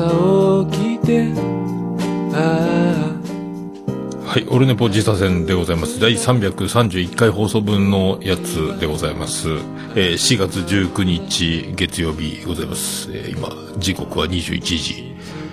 朝起きてはい、オルネポ自他戦でございます。第331回放送分のやつでございます。4月19日月曜日ございます。今、時刻は21時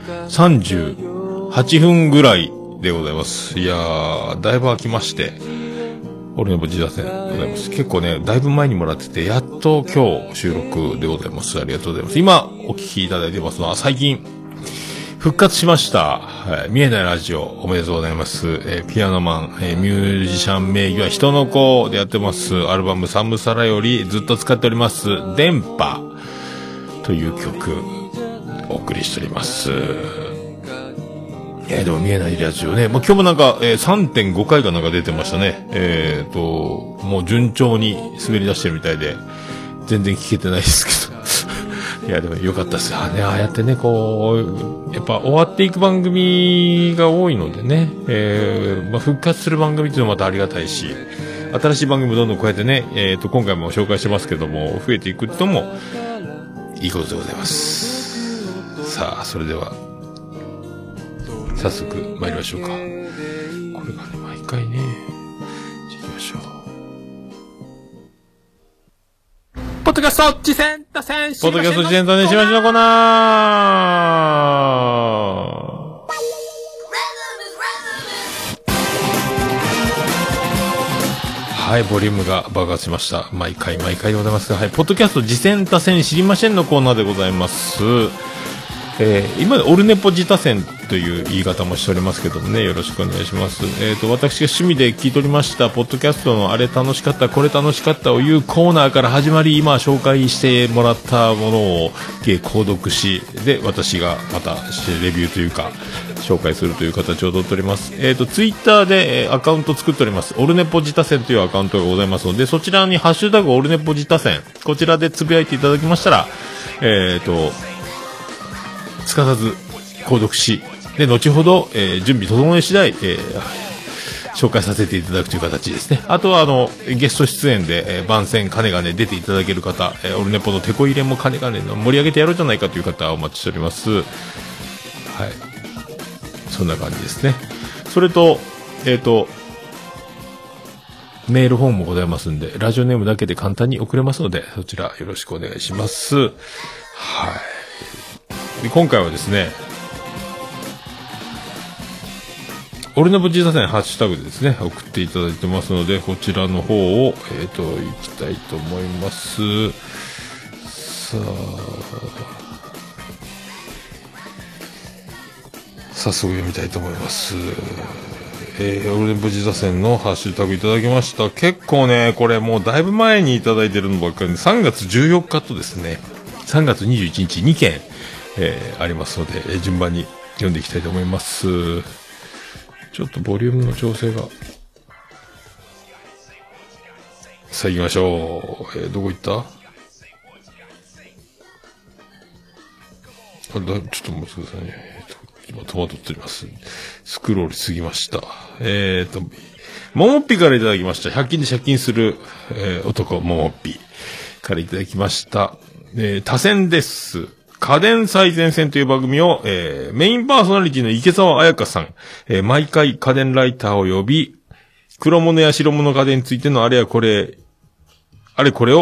38分ぐらいでございます。いやー、だいぶ空きまして、オルネポ自他戦でございます。結構ね、だいぶ前にもらってて、やっと今日収録でございます。ありがとうございます。今、お聞きいただいてますのは、最近、復活しました。見えないラジオ、おめでとうございます。ピアノマン、ミュージシャン名義は人の子でやってます。アルバムサムサラよりずっと使っております。電波という曲、お送りしております。でも見えないラジオね。もう今日もなんか、3.5 回かなんか出てましたね。もう順調に滑り出してるみたいで、全然聞けてないですけど。いや、でもよかったですよね。ああやってね、こう、やっぱ終わっていく番組が多いのでね、復活する番組っていうのもまたありがたいし、新しい番組もどんどんこうやってね、今回も紹介してますけども、増えていくってのも、いいことでございます。さあ、それでは、早速参りましょうか。これがね、毎回ね、行きましょう。 ポッドキャスト次戦打線ポッドキャスト次戦打線しましのコーナー。はい、ボリュームが爆発しました。毎回でございますが、はい、ポッドキャスト次戦打線知りませんのコーナーでございます。今オルネポ自他戦という言い方もしておりますけどもね、よろしくお願いします。私が趣味で聞いておりましたポッドキャストのあれ楽しかったこれ楽しかったを言うコーナーから始まり、今紹介してもらったものを購読し、で私がまたレビューというか紹介するという形をとっております。ツイッターで、アカウント作っております。オルネポ自他戦というアカウントがございますので、そちらにハッシュタグオルネポ自他戦、こちらでつぶやいていただきましたら、すかさず購読し、で後ほど、準備整え次第、紹介させていただくという形ですね。あとはゲスト出演で、番宣金がね出ていただける方、オルネポのテコ入れも金がね盛り上げてやろうじゃないかという方はお待ちしております。はい、そんな感じですね。それとメールフォームもございますんで、ラジオネームだけで簡単に送れますので、そちらよろしくお願いします。はい。で今回はですね、俺の自他戦ハッシュタグでですね、送っていただいてますので、こちらの方を、いきたいと思います。さあ、早速読みたいと思います。俺の自他戦のハッシュタグいただきました。結構ね、これもうだいぶ前にいただいてるのばっかりで、3月14日とですね、3月21日2件、ありますので、順番に読んでいきたいと思います。ちょっとボリュームの調整が。さあ行きましょう。どこ行った？ちょっと待ってくださいね。今戸惑っております。スクロールしすぎました。ももっぴからいただきました。100均で借金する、男、ももっぴからいただきました。多選です。家電最前線という番組を、メインパーソナリティの池澤彩香さん、毎回家電ライターを呼び、黒物や白物家電についてのあれこれ話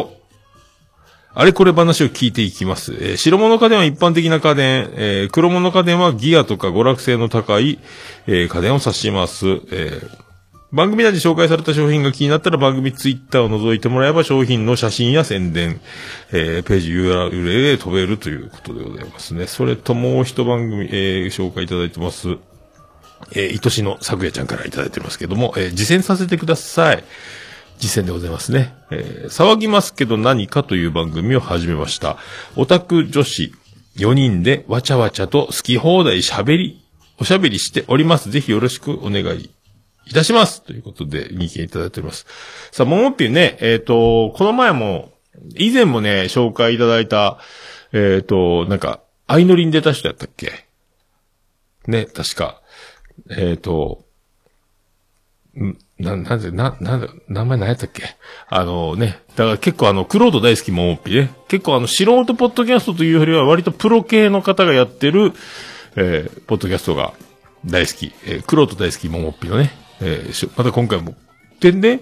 を聞いていきます。白物家電は一般的な家電、黒物家電はギアとか娯楽性の高い、家電を指します。番組内で紹介された商品が気になったら番組ツイッターを覗いてもらえば商品の写真や宣伝、ページ URL で飛べるということでございますね。それともう一番組、紹介いただいてます。愛しのさくやちゃんからいただいてますけども、実践させてください。実践でございますね。騒ぎますけど何かという番組を始めました。オタク女子4人でわちゃわちゃと好き放題おしゃべりしております。ぜひよろしくお願いいたします。ということで、2件いただいております。さあ、ももっぴーね、この前も、以前もね、紹介いただいた、なんか、相乗りに出た人やったっけね、確か。 なんで、名前何やったっけ？ね、だから結構クロート大好きももっぴね。結構素人ポッドキャストというよりは割とプロ系の方がやってる、ポッドキャストが大好き。クロート大好きももっぴのね。また今回も。でね、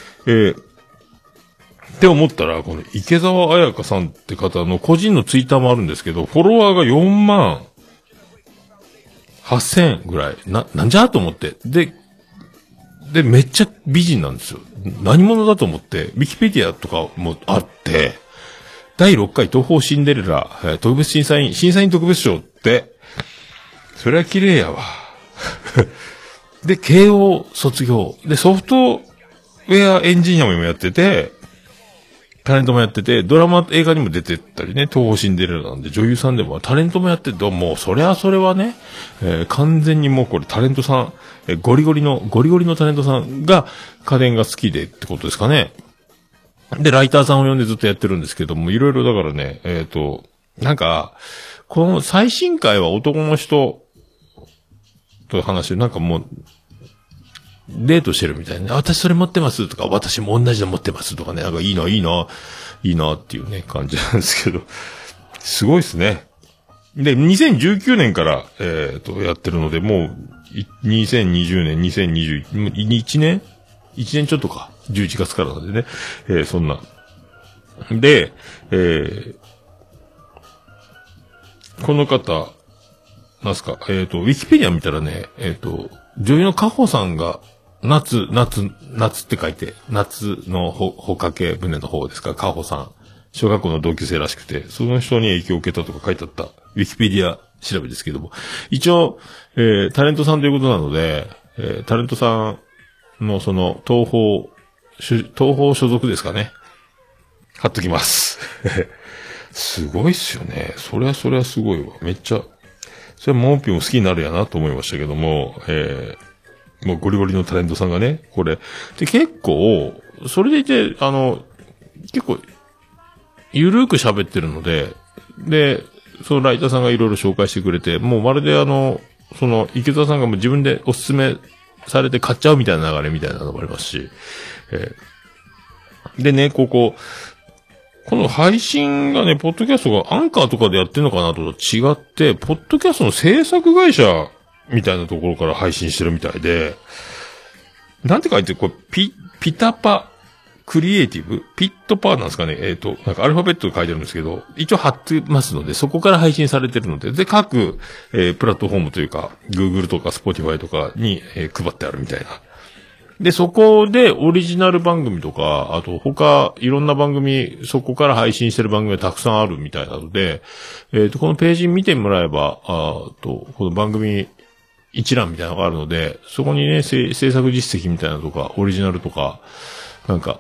って思ったら、この池澤彩香さんって方の個人のツイッターもあるんですけど、フォロワーが4万8000ぐらい。なんじゃと思って。で、めっちゃ美人なんですよ。何者だと思って、ウィキペディアとかもあって、第6回東宝シンデレラ、特別審査員特別賞って、それは綺麗やわ。で、慶応卒業。で、ソフトウェアエンジニアも今やってて、タレントもやってて、ドラマ、映画にも出てったりね、東宝シンデレラなんで女優さんでもタレントもやってて、もうそれはね、完全にもうこれタレントさん、ゴリゴリのタレントさんが家電が好きでってことですかね。で、ライターさんを呼んでずっとやってるんですけども、いろいろだからね、なんか、この最新回は男の人と話して、なんかもう、デートしてるみたいな。私それ持ってますとか、私も同じの持ってますとかね。なんかいいなっていうね、感じなんですけど。すごいですね。で、2019年から、やってるので、もう、2020年、2021、1年ちょっとか。11月からなんでね。そんな。で、この方、なんすか、ウィキペディア見たらね、女優のカホさんが、夏って書いて、夏のほかけ船の方ですか、カホさん。小学校の同級生らしくて、その人に影響を受けたとか書いてあった、ウィキペディア調べですけども。一応、タレントさんということなので、タレントさんのその、東宝所属ですかね。貼っときます。すごいっすよね。そりゃすごいわ。めっちゃ、それはモーピーも好きになるやなと思いましたけども、もうゴリゴリのタレントさんがね、これ。で、結構、それでいて、結構、ゆるーく喋ってるので、で、そのライターさんがいろいろ紹介してくれて、もうまるでその、池澤さんがもう自分でおすすめされて買っちゃうみたいな流れみたいなのもありますし、でね、この配信がね、ポッドキャストがアンカーとかでやってんのかなと違って、ポッドキャストの制作会社みたいなところから配信してるみたいで、なんて書いてこれ、ピタパクリエイティブピットパーなんですかね。なんかアルファベットで書いてるんですけど、一応貼ってますので、そこから配信されてるので、で、各、プラットフォームというか、Google とか Spotify とかに、配ってあるみたいな。で、そこでオリジナル番組とか、あと他、いろんな番組、そこから配信してる番組がたくさんあるみたいなので、このページ見てもらえば、この番組一覧みたいなのがあるので、そこにね、制作実績みたいなのとか、オリジナルとか、なんか、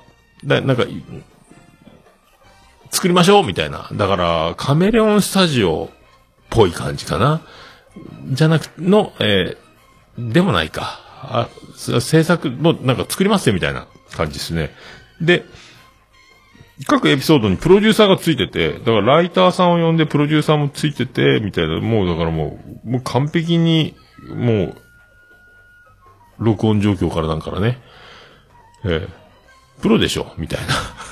作りましょうみたいな。だから、カメレオンスタジオっぽい感じかな。じゃなく、でもないか。制作もなんか作りますよみたいな感じですね。で、各エピソードにプロデューサーがついてて、だからライターさんを呼んでプロデューサーもついてて、みたいな、もうだからもう完璧に、もう、録音状況からなんからね、プロでしょみたいな。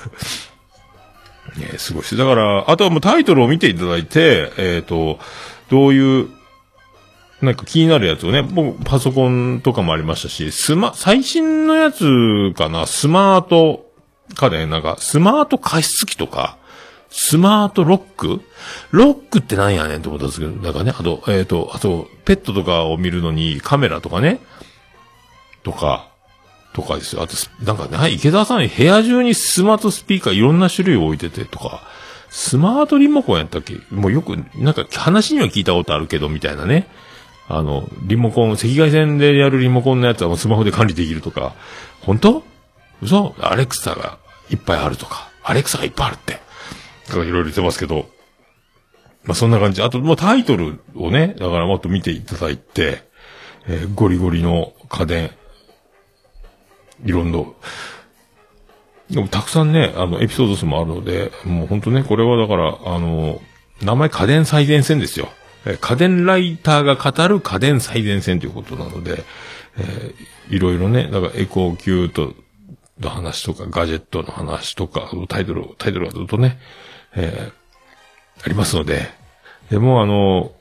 ね、すごいです。だから、あとはもうタイトルを見ていただいて、どういう、なんか気になるやつをね、僕パソコンとかもありましたし、最新のやつかな、スマート家電、なんか、スマート加湿器とか、スマートロックってなんやねんってことですけど、なんかね、あと、ペットとかを見るのにカメラとかね、とかですよ。あと、なんかね、池田さん部屋中にスマートスピーカーいろんな種類を置いててとか、スマートリモコンやったっけ？もうよく、なんか話には聞いたことあるけど、みたいなね。リモコン、赤外線でやるリモコンのやつはもうスマホで管理できるとか、本当？嘘？アレクサがいっぱいあるとか、アレクサがいっぱいあるって。だからいろいろ言ってますけど、まあ、そんな感じ。あと、もうタイトルをね、だからもっと見ていただいて、ゴリゴリの家電、いろんな、でもたくさんね、エピソード数もあるので、もうほんとね、これはだから、名前家電最前線ですよ。家電ライターが語る家電最前線ということなので、 いろいろね、だからエコーキュートの話とか、ガジェットの話とか、タイトルがずっとね、ありますので、でも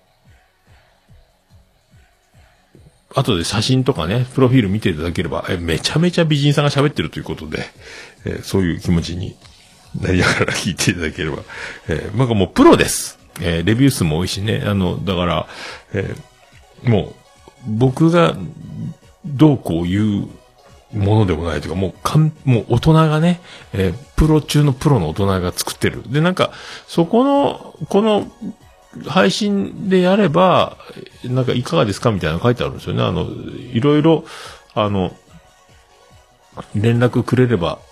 後で写真とかね、プロフィール見ていただければ、めちゃめちゃ美人さんが喋ってるということで、そういう気持ちになりながら聞いていただければ、なんかもうプロです。レビュー数も多いしね、だから、もう、僕がどうこう言うものでもないというか、もう大人がね、プロ中のプロの大人が作ってる。で、なんか、この、配信でやれば、なんかいかがですかみたいなの書いてあるんですよね。いろいろ、連絡くれれば、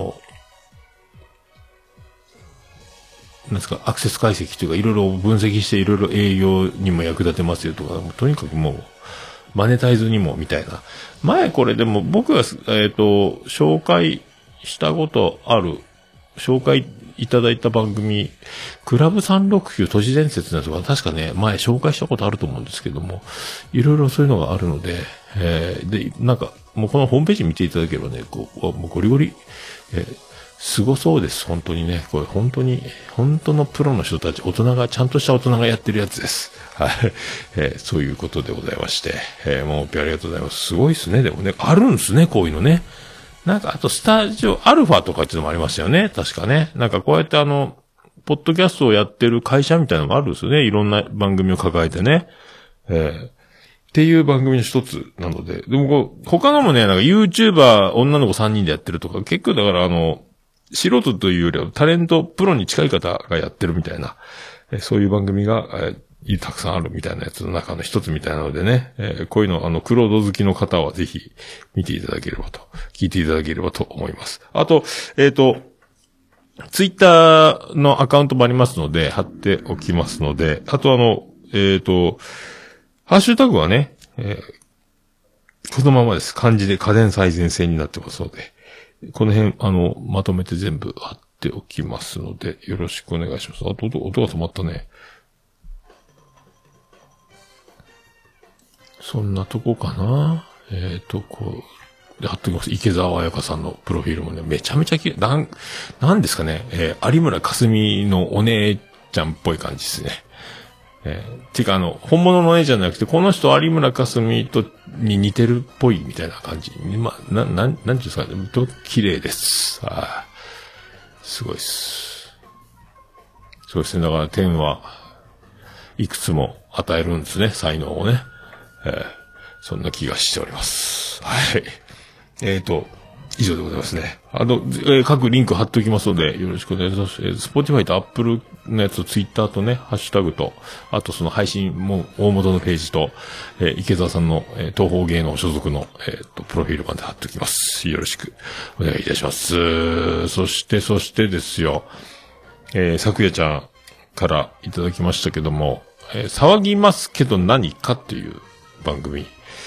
なんですか、アクセス解析というか、いろいろ分析していろいろ営業にも役立てますよとか、とにかくもう、マネタイズにもみたいな。前これでも僕が、紹介したことある、紹介いただいた番組、クラブ369都市伝説のやつは確かね、前紹介したことあると思うんですけども、いろいろそういうのがあるので、で、なんか、もうこのホームページ見ていただければね、もうゴリゴリ、すごそうです、本当にね。これ本当のプロの人たち、ちゃんとした大人がやってるやつです。はい。そういうことでございまして、もうありがとうございます。すごいですね、でもね。あるんですね、こういうのね。なんか、あと、スタジオアルファとかっていうのもありましたよね。確かね。なんか、こうやってポッドキャストをやってる会社みたいなのがあるんですよね。いろんな番組を抱えてね。っていう番組の一つなので。でも他のもね、なんか YouTuber 女の子3人でやってるとか、結構だから素人というよりはタレント、プロに近い方がやってるみたいな、そういう番組が、たくさんあるみたいなやつの中の一つみたいなのでね、こういうの、クロード好きの方はぜひ見ていただければと、聞いていただければと思います。あと、ツイッターのアカウントもありますので、貼っておきますので、あとハッシュタグはね、このままです。漢字で家電最前線になってますので、この辺、まとめて全部貼っておきますので、よろしくお願いします。あと、音が止まったね。そんなとこかな。こう、貼っておきます。池澤彩香さんのプロフィールもね、めちゃめちゃなんですかね、有村架純のお姉ちゃんっぽい感じですね。てか本物の絵じゃなくて、この人有村架純に似てるっぽいみたいな感じ。まあ、なんていうんですかね、綺麗です。すごいです。そうですね、だから天はいくつも与えるんですね、才能をね。そんな気がしております。はい。以上でございますね。各リンク貼っておきますので、よろしくお願いします。Spotify と Apple のやつ、Twitter とね、ハッシュタグと、あとその配信も大元のページと、池澤さんの、東方芸能所属の、プロフィールまで貼っておきます。よろしくお願いいたします。そしてですよ、昨夜ちゃんからいただきましたけども、騒ぎますけど何かっていう番組、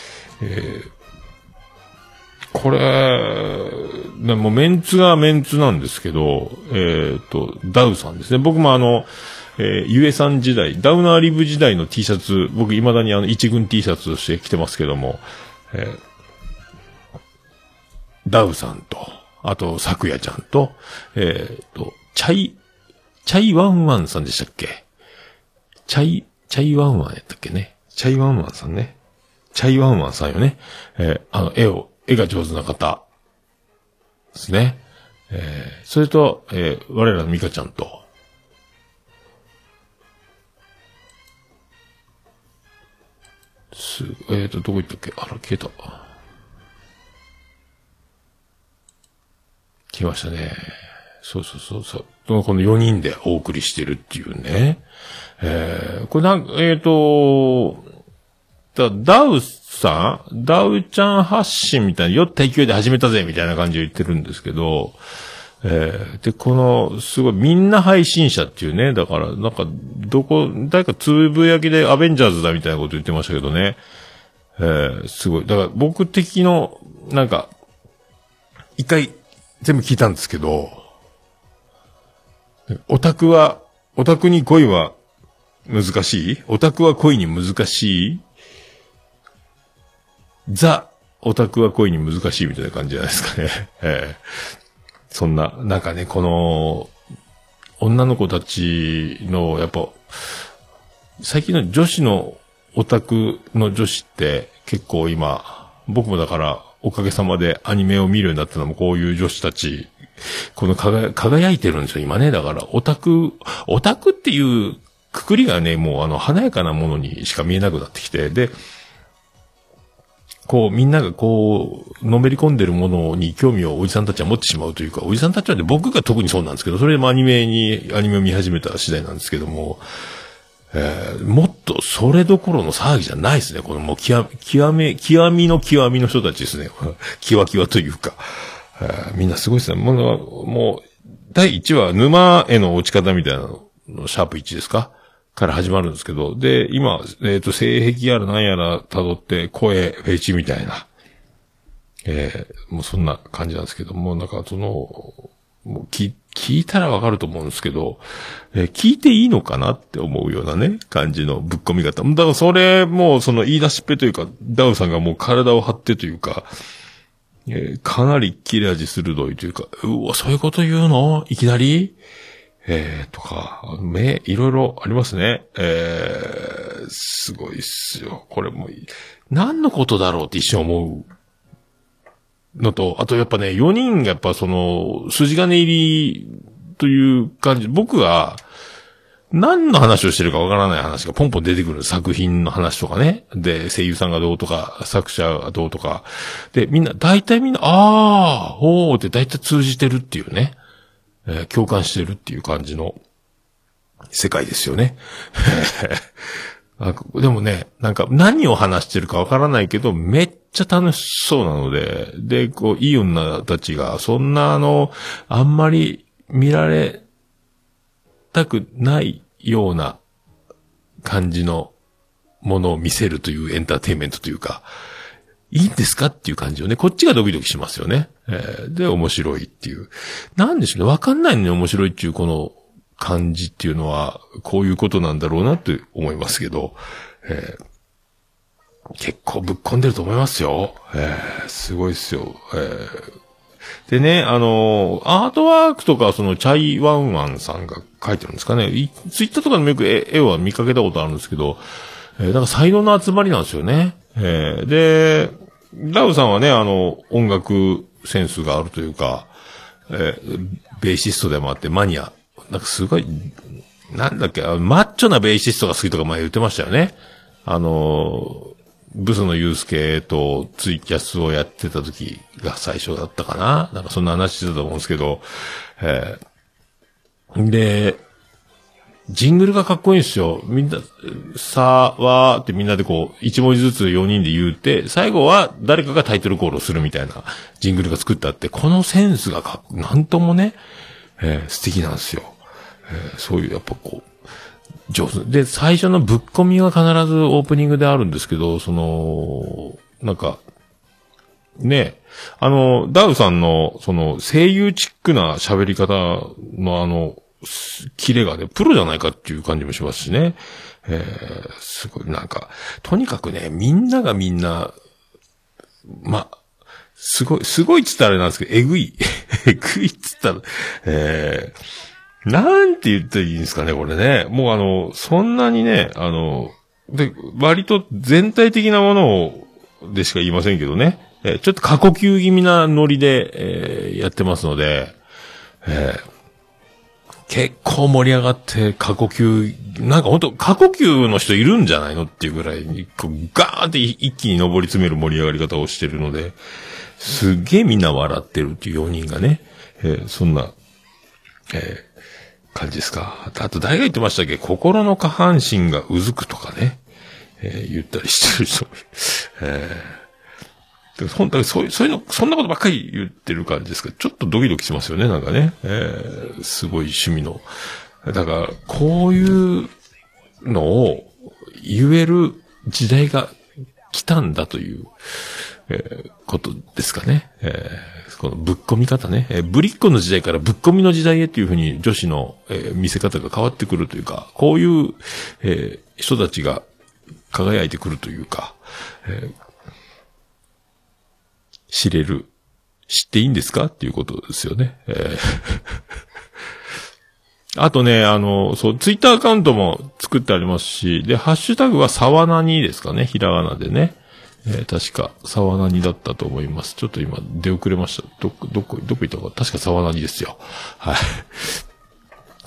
これ、もうメンツがメンツなんですけど、ダウさんですね。僕もゆえさん時代、ダウナーリブ時代の T シャツ、僕未だに一軍 T シャツとして着てますけども、ダウさんと、あと、昨夜ちゃんと、チャイワンワンさんでしたっけ？チャイワンワンやったっけね。チャイワンワンさんね。チャイワンワンさんよね。絵が上手な方ですね。それと、我らのミカちゃんと、どこ行ったっけ？消えた。来ましたね。そう。この4人でお送りしてるっていうね。これダウちゃん発信みたいな、酔った勢いで始めたぜみたいな感じで言ってるんですけど、で、すごいみんな配信者っていうね、だから、なんか、誰かつぶやきでアベンジャーズだみたいなこと言ってましたけどね、すごい。だから僕的の、なんか、一回全部聞いたんですけど、オタクに恋は難しい？オタクは恋に難しい？ザ・オタクは恋に難しいみたいな感じじゃないですかね。そんな、なんかね、この、女の子たちの、やっぱ、最近の女子のオタクの女子って結構今、僕もだからおかげさまでアニメを見るようになったのもこういう女子たち、この輝いてるんですよ、今ね。だからオタクっていうくくりがね、もう華やかなものにしか見えなくなってきて、で、こう、みんながこう、のめり込んでるものに興味をおじさんたちは持ってしまうというか、おじさんたちはね、僕が特にそうなんですけど、それでもアニメを見始めた次第なんですけども、もっとそれどころの騒ぎじゃないですね。このもう極みの人たちですね。キワキワというか、みんなすごいですね。もう、第1話、沼への落ち方みたいなの、シャープ1ですかから始まるんですけど、で、今、性癖やら何やら辿って声、フェチみたいな、もうそんな感じなんですけども、なんかもう聞いたらわかると思うんですけど、聞いていいのかなって思うようなね、感じのぶっ込み方。だからそれもその言い出しっぺというか、ダウさんがもう体を張ってというか、かなり切れ味鋭いというか、うわ、そういうこと言うのいきなりとか、いろいろありますね。すごいっすよ。これも何のことだろうって一瞬思うのと、あとやっぱね、4人がやっぱ筋金入りという感じ、僕が何の話をしてるかわからない話がポンポン出てくる作品の話とかね。で、声優さんがどうとか、作者がどうとか。で、大体みんな、ほーって大体通じてるっていうね。共感してるっていう感じの世界ですよね。でもね、なんか何を話してるかわからないけど、めっちゃ楽しそうなので、で、こう、いい女たちが、そんなあんまり見られたくないような感じのものを見せるというエンターテインメントというか、いいんですかっていう感じをね、こっちがドキドキしますよね。で、面白いっていう。なんでしょうね、わかんないのに面白いっていうこの感じっていうのは、こういうことなんだろうなって思いますけど、結構ぶっ込んでると思いますよ。すごいっすよ。でね、アートワークとか、チャイワンワンさんが描いてるんですかね。ツイッターとかでもよく絵は見かけたことあるんですけど、なんか才能の集まりなんですよね。で、ラウさんはね、音楽センスがあるというか、ベーシストでもあってマニア。なんかすごい、なんだっけ、マッチョなベーシストが好きとか前言ってましたよね。ブスのユースケとツイキャスをやってた時が最初だったかな。なんかそんな話してたと思うんですけど、で、ジングルがかっこいいんですよ。みんな、さーってみんなでこう、一文字ずつ4人で言うて、最後は誰かがタイトルコールをするみたいなジングルが作ってあって、このセンスがなんともね、素敵なんですよ。そういうやっぱこう、上手。で、最初のぶっ込みは必ずオープニングであるんですけど、なんか、ね、ダウさんの、声優チックな喋り方のキレがね、プロじゃないかっていう感じもしますしね。すごいなんか、とにかくね、みんながみんな、すごいっつったらあれなんですけど、えぐいっつったら、なんて言ったらいいんですかね、これね。もうそんなにね、で、割と全体的なものでしか言いませんけどね。ちょっと過呼吸気味なノリで、やってますので、結構盛り上がって過呼吸、なんかほんと過呼吸の人いるんじゃないのっていうぐらいに、こうガーンって一気に上り詰める盛り上がり方をしてるので、すっげえみんな笑ってるっていう4人がね、そんな、感じですか。あと誰が言ってましたっけ、心の下半身がうずくとかね、言ったりしてる人も本当にそういうの、そんなことばっかり言ってる感じですけど、ちょっとドキドキしますよね、なんかね。すごい趣味の。だから、こういうのを言える時代が来たんだという、ことですかね。このぶっ込み方ね。ぶりっ子の時代からぶっ込みの時代へというふうに女子の、見せ方が変わってくるというか、こういう、人たちが輝いてくるというか、 知っていいんですかっていうことですよね。あとね、ツイッターアカウントも作ってありますし、で、ハッシュタグは沢なにですかね、ひらがなでね。確か、沢なにだったと思います。ちょっと今、出遅れました。どこ行ったか、確か沢なにですよ。はい。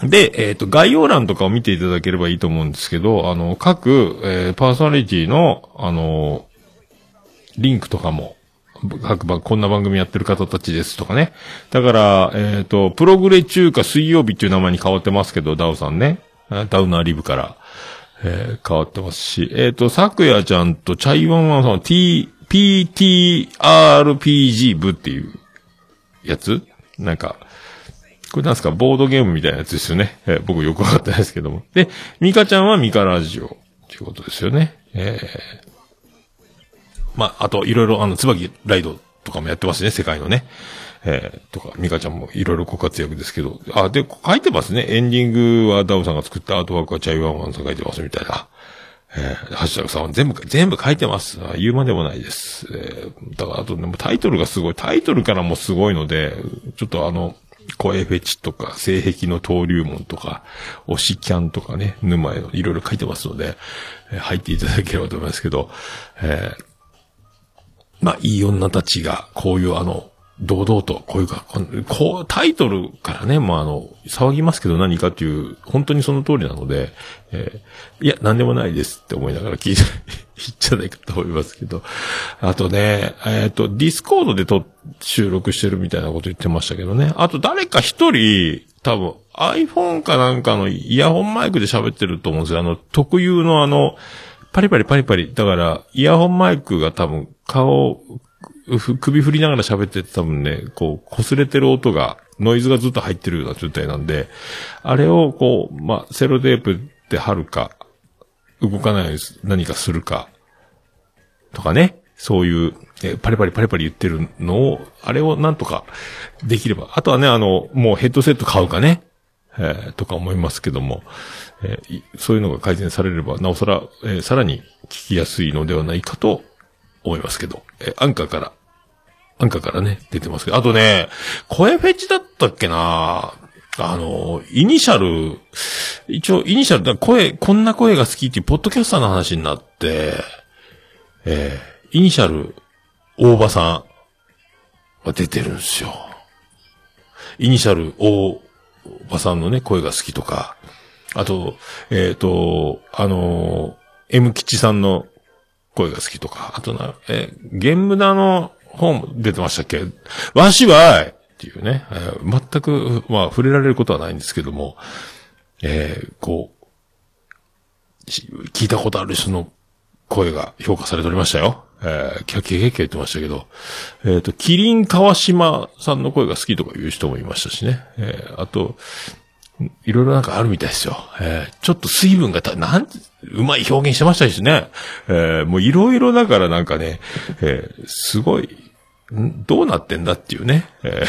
で、概要欄とかを見ていただければいいと思うんですけど、各、パーソナリティの、リンクとかも、こんな番組やってる方たちですとかね。だから、プログレ中華水曜日っていう名前に変わってますけど、ダウさんね。ダウナーリブから、変わってますし、さくやちゃんとチャイワンワンさんの PTRPG 部っていうやつなんか、これなんすかボードゲームみたいなやつですよね。僕よくわかってないですけども。で、ミカちゃんはミカラジオっていうことですよね。あと、いろいろ、椿ライドとかもやってますね、世界のね。とか、ミカちゃんもいろいろご活躍ですけど。で、書いてますね。エンディングはダウさんが作ったアートワークはチャイワンワンさん書いてますみたいな。ハッシュタグさんは全部書いてます。言うまでもないです。だから、あとね、タイトルがすごい。タイトルからもすごいので、ちょっと声フェチとか、性癖の登竜門とか、推しキャンとかね、沼へのいろいろ書いてますので、入っていただければと思いますけど、いい女たちが、こういう堂々と、タイトルからね、騒ぎますけど何かっていう、本当にその通りなので、いや、なんでもないですって思いながら聞いちゃないかと思いますけど。あとね、ディスコードで収録してるみたいなこと言ってましたけどね。あと誰か一人、多分 iPhone かなんかのイヤホンマイクで喋ってると思うんですよ。特有のパリパリ。だから、イヤホンマイクが多分首振りながら喋ってて多分ね、擦れてる音が、ノイズがずっと入ってるような状態なんで、あれをセロテープで貼るか、動かないように何かするか、とかね、そういう、パリパリ言ってるのを、あれをなんとかできれば、あとはね、もうヘッドセット買うかね、とか思いますけども、そういうのが改善されれば、なおさら、さらに聞きやすいのではないかと思いますけど、アンカーからね、出てますけど、あとね、声フェチだったっけなイニシャル、こんな声が好きっていうポッドキャスターの話になって、イニシャル、大場さんが出てるんですよ。イニシャル、大場さんのね、声が好きとか、あと、M 吉さんの声が好きとか、あとゲームダの方も出てましたっけ？わしはっていうね、全く、触れられることはないんですけども、聞いたことある人の声が評価されておりましたよ。キャッ言ってましたけど、キリン川島さんの声が好きとかいう人もいましたしね。あと、いろいろなんかあるみたいですよ。ちょっと水分がうまい表現してましたしね。もういろいろだからなんかね、すごい、どうなってんだっていうね。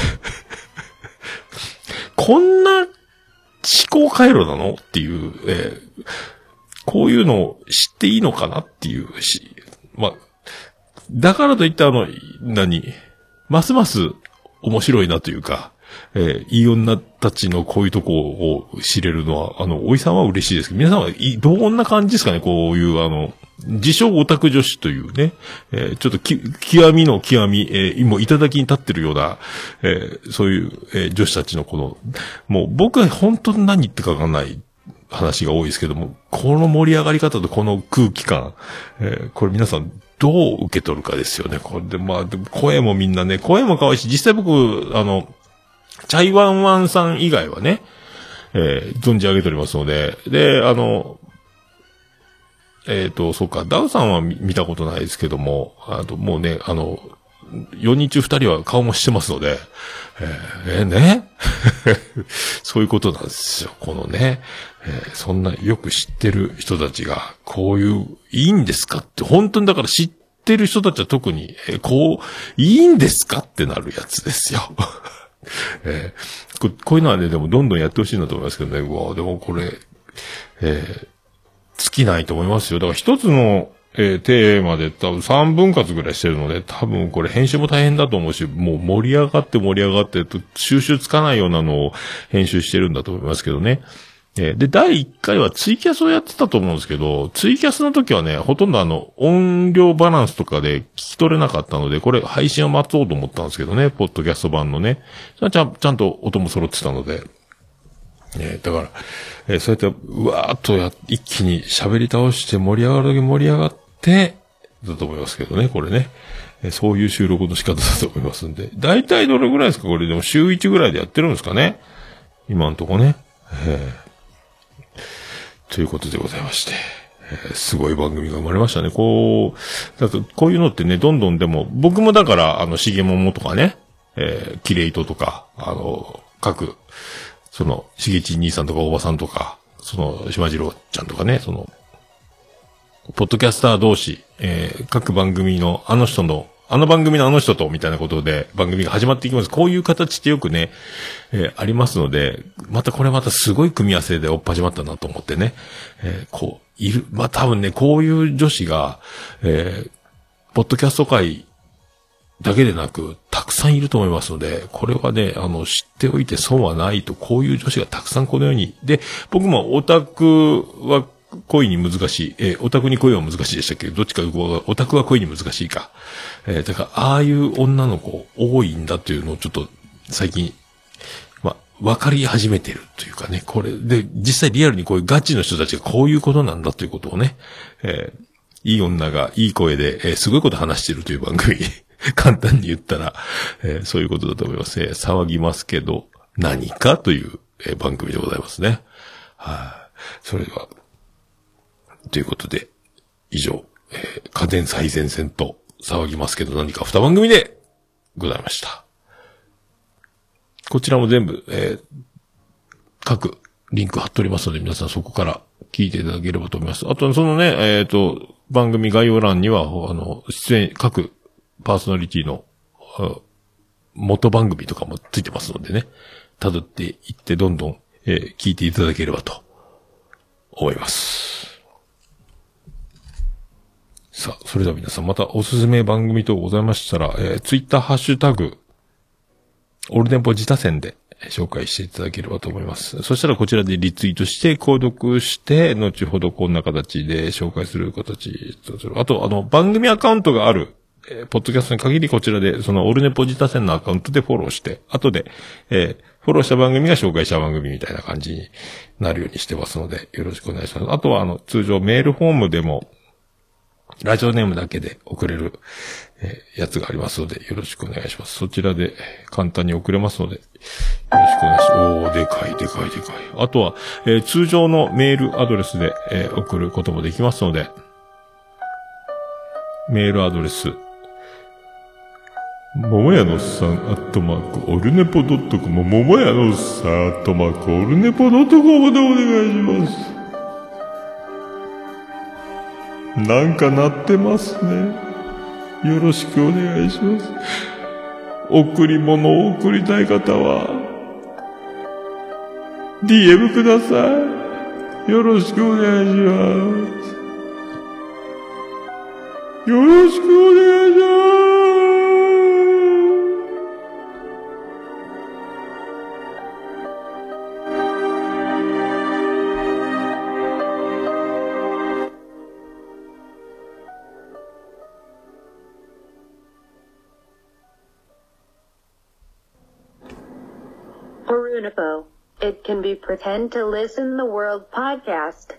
こんな思考回路なのっていう、こういうのを知っていいのかなっていうだからといってますます面白いなというか、いい女たちのこういうとこを知れるのは、おいさんは嬉しいですけど、皆さんはどんな感じですかね、こういう自称オタク女子というね、ちょっと極みの極み、もう頂きに立ってるような、そういう、女子たちのもう僕は本当に何言ってかわかんない話が多いですけども、この盛り上がり方とこの空気感、これ皆さんどう受け取るかですよね。これで声もみんなね、声も可愛いし、実際僕、チャイワンワンさん以外はね、存じ上げておりますので、で、そうか、ダウさんは見たことないですけども、もうね、4人中2人は顔もしてますので、ねそういうことなんですよ。このね、そんなよく知ってる人たちが、こういう、いいんですかって、本当にだから知ってる人たちは特に、いいんですかってなるやつですよ。こういうのはね、でもどんどんやってほしいなと思いますけどね。でもこれ、尽きないと思いますよ。だから一つの、 テーマで多分3分割ぐらいしてるので、多分これ編集も大変だと思うし、もう盛り上がって収集つかないようなのを編集してるんだと思いますけどね。で、第1回はツイキャスをやってたと思うんですけど、ツイキャスの時はね、ほとんど音量バランスとかで聞き取れなかったので、これ配信を待とうと思ったんですけどね、ポッドキャスト版のね。ちゃんと音も揃ってたので、だから、そうやって、うわーっと一気に喋り倒して盛り上がるだけ盛り上がって、だと思いますけどね、これね。そういう収録の仕方だと思いますんで。だいたいどれぐらいですか？これでも週1ぐらいでやってるんですかね？今んとこね。ということでございまして、すごい番組が生まれましたね。こういうのってね、どんどんでも、僕もだから、しげももとかね、キレイトとか、しげち兄さんとかおばさんとか、島次郎ちゃんとかね、ポッドキャスター同士、各番組の番組のあの人と、みたいなことで番組が始まっていきます。こういう形ってよくね、ありますので、またすごい組み合わせでおっ始まったなと思ってね、多分ね、こういう女子が、ポッドキャスト界だけでなく、たくさんいると思いますので、これはね、知っておいて損はないと、こういう女子がたくさんこのように、で、僕もオタクは恋に難しい、オタクに恋は難しいでしたっけど、どっちかオタクは恋に難しいか。だから、ああいう女の子多いんだというのをちょっと最近、わかり始めてるというかね、これで、実際リアルにこういうガチの人たちがこういうことなんだということをね、いい女がいい声で、すごいこと話してるという番組、簡単に言ったら、そういうことだと思います。騒ぎますけど、何かという、番組でございますね。それでは、ということで、以上、家電最前線と騒ぎますけど何か2番組でございました。こちらも全部、各リンク貼っておりますので、皆さんそこから聞いていただければと思います。あと、番組概要欄には、各パーソナリティの、元番組とかもついてますのでね、辿っていってどんどん、聞いていただければと思います。さあ、それでは皆さんまたおすすめ番組等ございましたら、ツイッターハッシュタグ、オルネポ自他戦で紹介していただければと思います。そしたらこちらでリツイートして、購読して、後ほどこんな形で紹介する形とする。あと、番組アカウントがある、ポッドキャストに限りこちらで、オルネポ自他戦のアカウントでフォローして、後で、フォローした番組が紹介した番組みたいな感じになるようにしてますので、よろしくお願いします。あとは、通常メールフォームでも、ラジオネームだけで送れる、やつがありますので、よろしくお願いします。そちらで簡単に送れますので、よろしくお願いします。でかい。あとは、通常のメールアドレスで、送ることもできますので、メールアドレス、ももやのさんオルネポ.com、ももやのさんオルネポ.com でお願いします。なんか鳴ってますね。よろしくお願いします。贈り物を贈りたい方は DM ください。よろしくお願いします。よろしくお願いします。 It can be pretend to listen the world podcast.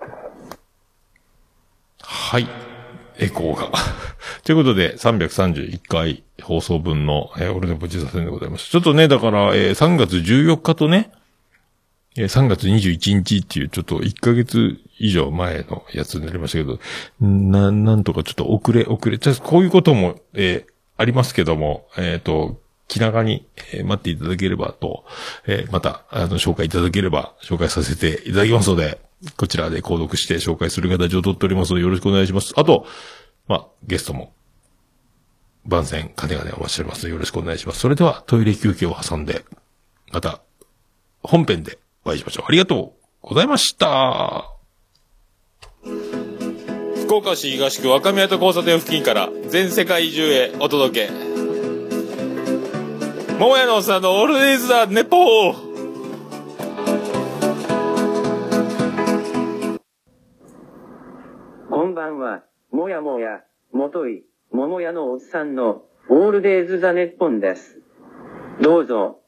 はい。エコーが。ということで、331回放送分の、オルネポ自他戦でございます。ちょっとね、だから、3月14日とね、3月21日っていうちょっと1ヶ月以上前のやつになりましたけど、なんとかちょっと遅れ、こういうことも、ありますけども、気長に、待っていただければと、また、紹介いただければ、紹介させていただきますので、こちらで購読して紹介する形を取っておりますので、よろしくお願いします。あと、ゲストも、番宣、金がね、お待ちしておりますので、よろしくお願いします。それでは、トイレ休憩を挟んで、また、本編でお会いしましょう。ありがとうございました。 福岡市東区若宮と交差点付近から全世界中へお届け。桃屋のおっさんのオールデイズ・ザ・ネポー。 こんばんは、もやもや、もとい、桃屋のおっさんのオールデイズ・ザ・ネッポンです。どうぞ、